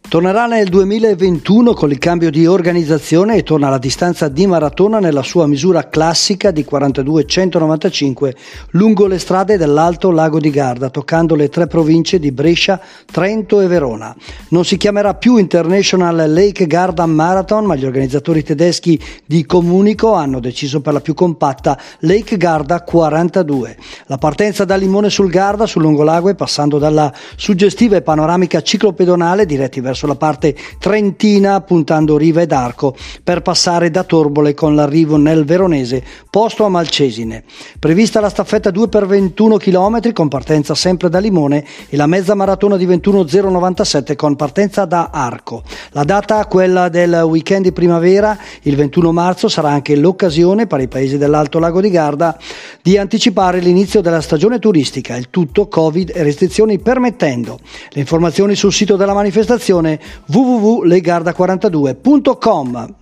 Tornerà nel 2021 con il cambio di organizzazione e torna alla distanza di maratona nella sua misura classica di 42,195 lungo le strade dell'Alto Lago di Garda, toccando le tre province di Brescia, Trento e Verona. Non si chiamerà più International Lake Garda Marathon, ma gli organizzatori tedeschi di Comunico hanno deciso per la più compatta Lake Garda 42. La partenza da Limone sul Garda, sul lungolago, e passando dalla suggestiva e panoramica ciclopedonale diretti verso la parte trentina, puntando Riva ed Arco, per passare da Torbole con l'arrivo nel Veronese, posto a Malcesine. Prevista la staffetta 2x21 km con partenza sempre da Limone e la mezza maratona di 21,097 con partenza da Arco. La data, quella del weekend di primavera, il 21 marzo, sarà anche l'occasione per i paesi dell'Alto Lago di Garda di anticipare l'inizio della stagione turistica, il tutto Covid e restrizioni permettendo. Le informazioni sul sito della manifestazione www.legarda42.com.